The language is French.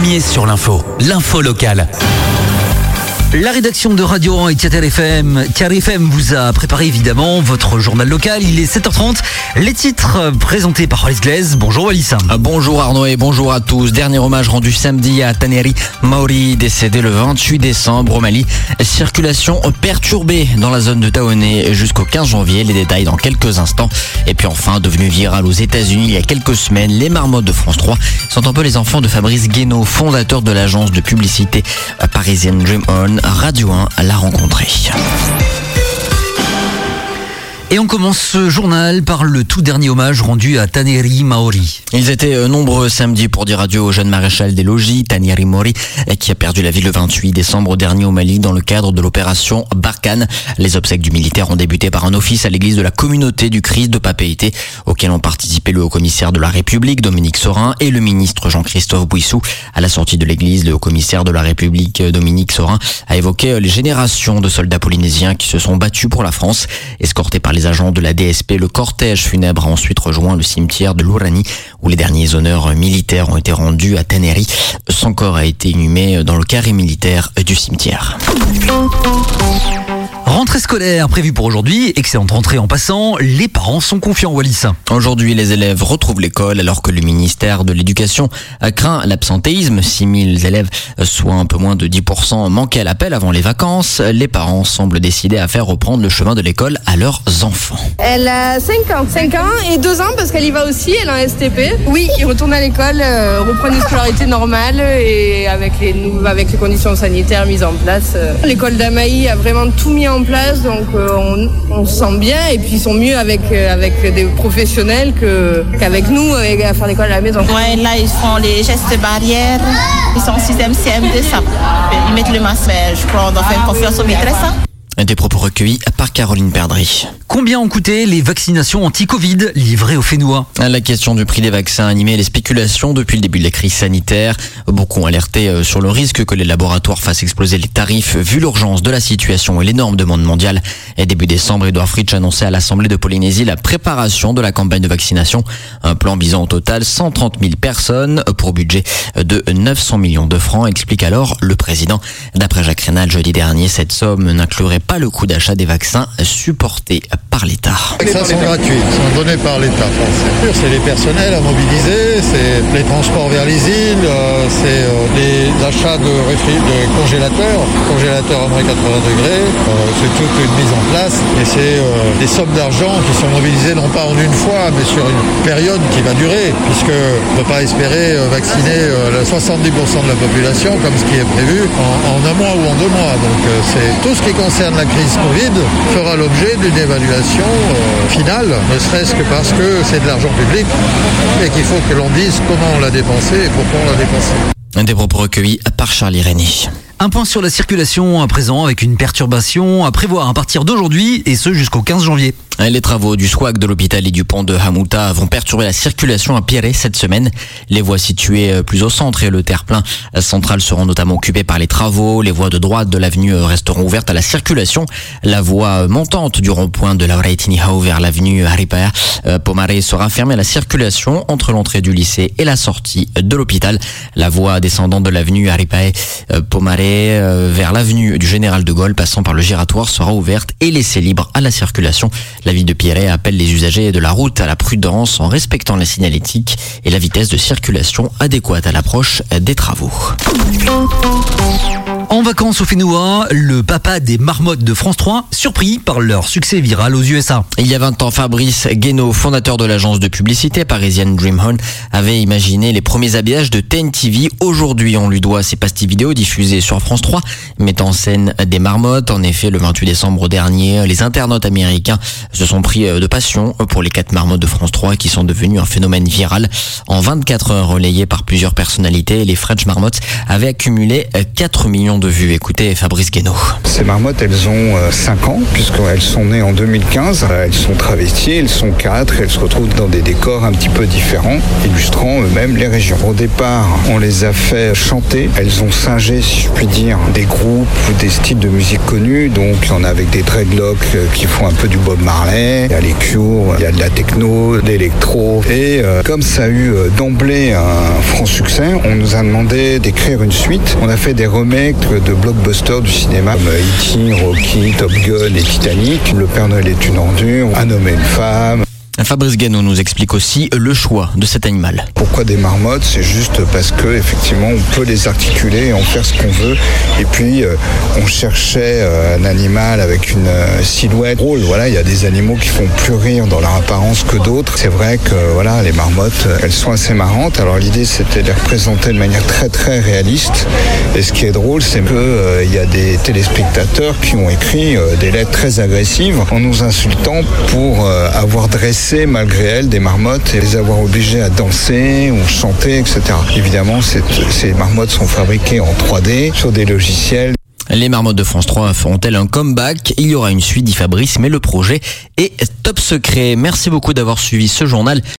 premier sur l'info locale. La rédaction de Radio 1 et Tiatel FM, Tiatel FM vous a préparé évidemment votre journal local. Il est 7h30. Les titres présentés par Wallis Glaise. Bonjour Wallis. Bonjour Arnaud et bonjour à tous. Dernier hommage rendu samedi à Taneri Maori, décédé le 28 décembre au Mali. Circulation perturbée dans la zone de Taoné jusqu'au 15 janvier. Les détails dans quelques instants. Et puis enfin, devenu viral aux États-Unis il y a quelques semaines, les marmottes de France 3 sont un peu les enfants de Fabrice Guénaud, fondateur de l'agence de publicité parisienne Dream On. Radio 1 l'a rencontré. Et on commence ce journal par le tout dernier hommage rendu à Taneri Maori. Ils étaient nombreux samedi pour dire adieu au jeune maréchal des logis, Taneri Maori, qui a perdu la vie le 28 décembre dernier au Mali dans le cadre de l'opération Barkhane. Les obsèques du militaire ont débuté par un office à l'église de la communauté du Christ de Papeete, auquel ont participé le haut-commissaire de la République, Dominique Sorin, et le ministre Jean-Christophe Bouissou. À la sortie de l'église, le haut-commissaire de la République, Dominique Sorin, a évoqué les générations de soldats polynésiens qui se sont battus pour la France. Escortés par les agents de la DSP, le cortège funèbre a ensuite rejoint le cimetière de Lourani, où les derniers honneurs militaires ont été rendus à Taneri. Son corps a été inhumé dans le carré militaire du cimetière. Rentrée scolaire prévue pour aujourd'hui, excellente rentrée en passant, les parents sont confiants Wallis. Aujourd'hui, les élèves retrouvent l'école alors que le ministère de l'Éducation craint l'absentéisme. 6000 élèves, soit un peu moins de 10%, manquaient à l'appel avant les vacances. Les parents semblent décidés à faire reprendre le chemin de l'école à leurs enfants. Elle a 5 ans et 2 ans parce qu'elle y va aussi, elle a un STP. Oui, il retourne à l'école, reprend une scolarité normale et avec les conditions sanitaires mises en place. L'école d'Amaï a vraiment tout mis en place, donc on se sent bien et puis ils sont mieux avec des professionnels qu'avec nous à faire l'école à la maison. Ouais, là ils font les gestes barrières, ils sont en 6e CM2, ça. Ils mettent le masque, mais je crois qu'on doit faire confiance aux maîtresses. Des propos recueillis par Caroline Perdry. Combien ont coûté les vaccinations anti-Covid livrées aux Fénois ? La question du prix des vaccins a animé les spéculations depuis le début de la crise sanitaire. Beaucoup ont alerté sur le risque que les laboratoires fassent exploser les tarifs vu l'urgence de la situation et l'énorme demande mondiale. Et début décembre, Édouard Fritsch annonçait à l'Assemblée de Polynésie la préparation de la campagne de vaccination. Un plan visant au total 130 000 personnes pour budget de 900 millions de francs, explique alors le président. D'après Jacques Rénal, jeudi dernier, cette somme n'inclurait pas le coût d'achat des vaccins supportés par l'État. Les vaccins sont gratuits, sont donnés par l'État français. C'est les personnels à mobiliser, c'est les transports vers les îles, c'est les achats de congélateurs à moins 80 degrés, c'est toute une mise en place et c'est des sommes d'argent qui sont mobilisées non pas en une fois mais sur une période qui va durer puisque on ne peut pas espérer vacciner 70% de la population comme ce qui est prévu en un mois ou en 2 mois. Donc c'est tout ce qui concerne la crise Covid fera l'objet d'une évaluation finale, ne serait-ce que parce que c'est de l'argent public et qu'il faut que l'on dise comment on l'a dépensé et pourquoi on l'a dépensé. Des propos recueillis par Charlie René. Un point sur la circulation à présent avec une perturbation à prévoir à partir d'aujourd'hui et ce jusqu'au 15 janvier. Les travaux du SWAC de l'hôpital et du pont de Hamouta vont perturber la circulation à Pierré cette semaine. Les voies situées plus au centre et le terre-plein central seront notamment occupées par les travaux. Les voies de droite de l'avenue resteront ouvertes à la circulation. La voie montante du rond-point de Lauraitini-Hau vers l'avenue Haripaya Pomaré sera fermée à la circulation entre l'entrée du lycée et la sortie de l'hôpital. La voie descendante de l'avenue Haripaya Pomaré vers l'avenue du Général de Gaulle passant par le giratoire sera ouverte et laissée libre à la circulation. La ville de Pierré appelle les usagers de la route à la prudence en respectant la signalétique et la vitesse de circulation adéquate à l'approche des travaux. En vacances au Fénois, le papa des marmottes de France 3, surpris par leur succès viral aux USA. Il y a 20 ans, Fabrice Guénaud, fondateur de l'agence de publicité parisienne Dream On, avait imaginé les premiers habillages de TNTV. Aujourd'hui, on lui doit ses pastilles vidéo diffusées sur France 3, mettant en scène des marmottes. En effet, le 28 décembre dernier, les internautes américains se sont pris de passion pour les 4 marmottes de France 3 qui sont devenues un phénomène viral. En 24 heures, relayées par plusieurs personnalités, les French Marmottes avaient accumulé 4 millions de vue. Écoutez Fabrice Guénaud. Ces marmottes, elles ont 5 ans, puisqu'elles sont nées en 2015. Elles sont travesties, elles sont 4, elles se retrouvent dans des décors un petit peu différents, illustrant eux-mêmes les régions. Au départ, on les a fait chanter. Elles ont singé, si je puis dire, des groupes ou des styles de musique connus. Donc, il y en a avec des dreadlocks qui font un peu du Bob Marley. Il y a les Cure, il y a de la techno, de l'électro. Et comme ça a eu d'emblée un franc succès, on nous a demandé d'écrire une suite. On a fait des remakes de blockbusters du cinéma comme E.T., Rocky, Top Gun et Titanic. Le Père Noël est une ordure, Un homme et une femme. Fabrice Guénaud nous explique aussi le choix de cet animal. Pourquoi des marmottes? C'est juste parce que effectivement on peut les articuler et en faire ce qu'on veut. Et puis on cherchait un animal avec une silhouette drôle. Voilà, il y a des animaux qui font plus rire dans leur apparence que d'autres. C'est vrai que voilà, les marmottes, elles sont assez marrantes. Alors l'idée c'était de les représenter de manière très très réaliste. Et ce qui est drôle, c'est que il y a des téléspectateurs qui ont écrit des lettres très agressives en nous insultant pour avoir dressé malgré elles des marmottes et les avoir obligées à danser ou chanter, etc. Évidemment, ces marmottes sont fabriquées en 3D sur des logiciels. Les marmottes de France 3 feront-elles un comeback? Il y aura une suite, dit Fabrice, mais le projet est top secret. Merci beaucoup d'avoir suivi ce journal.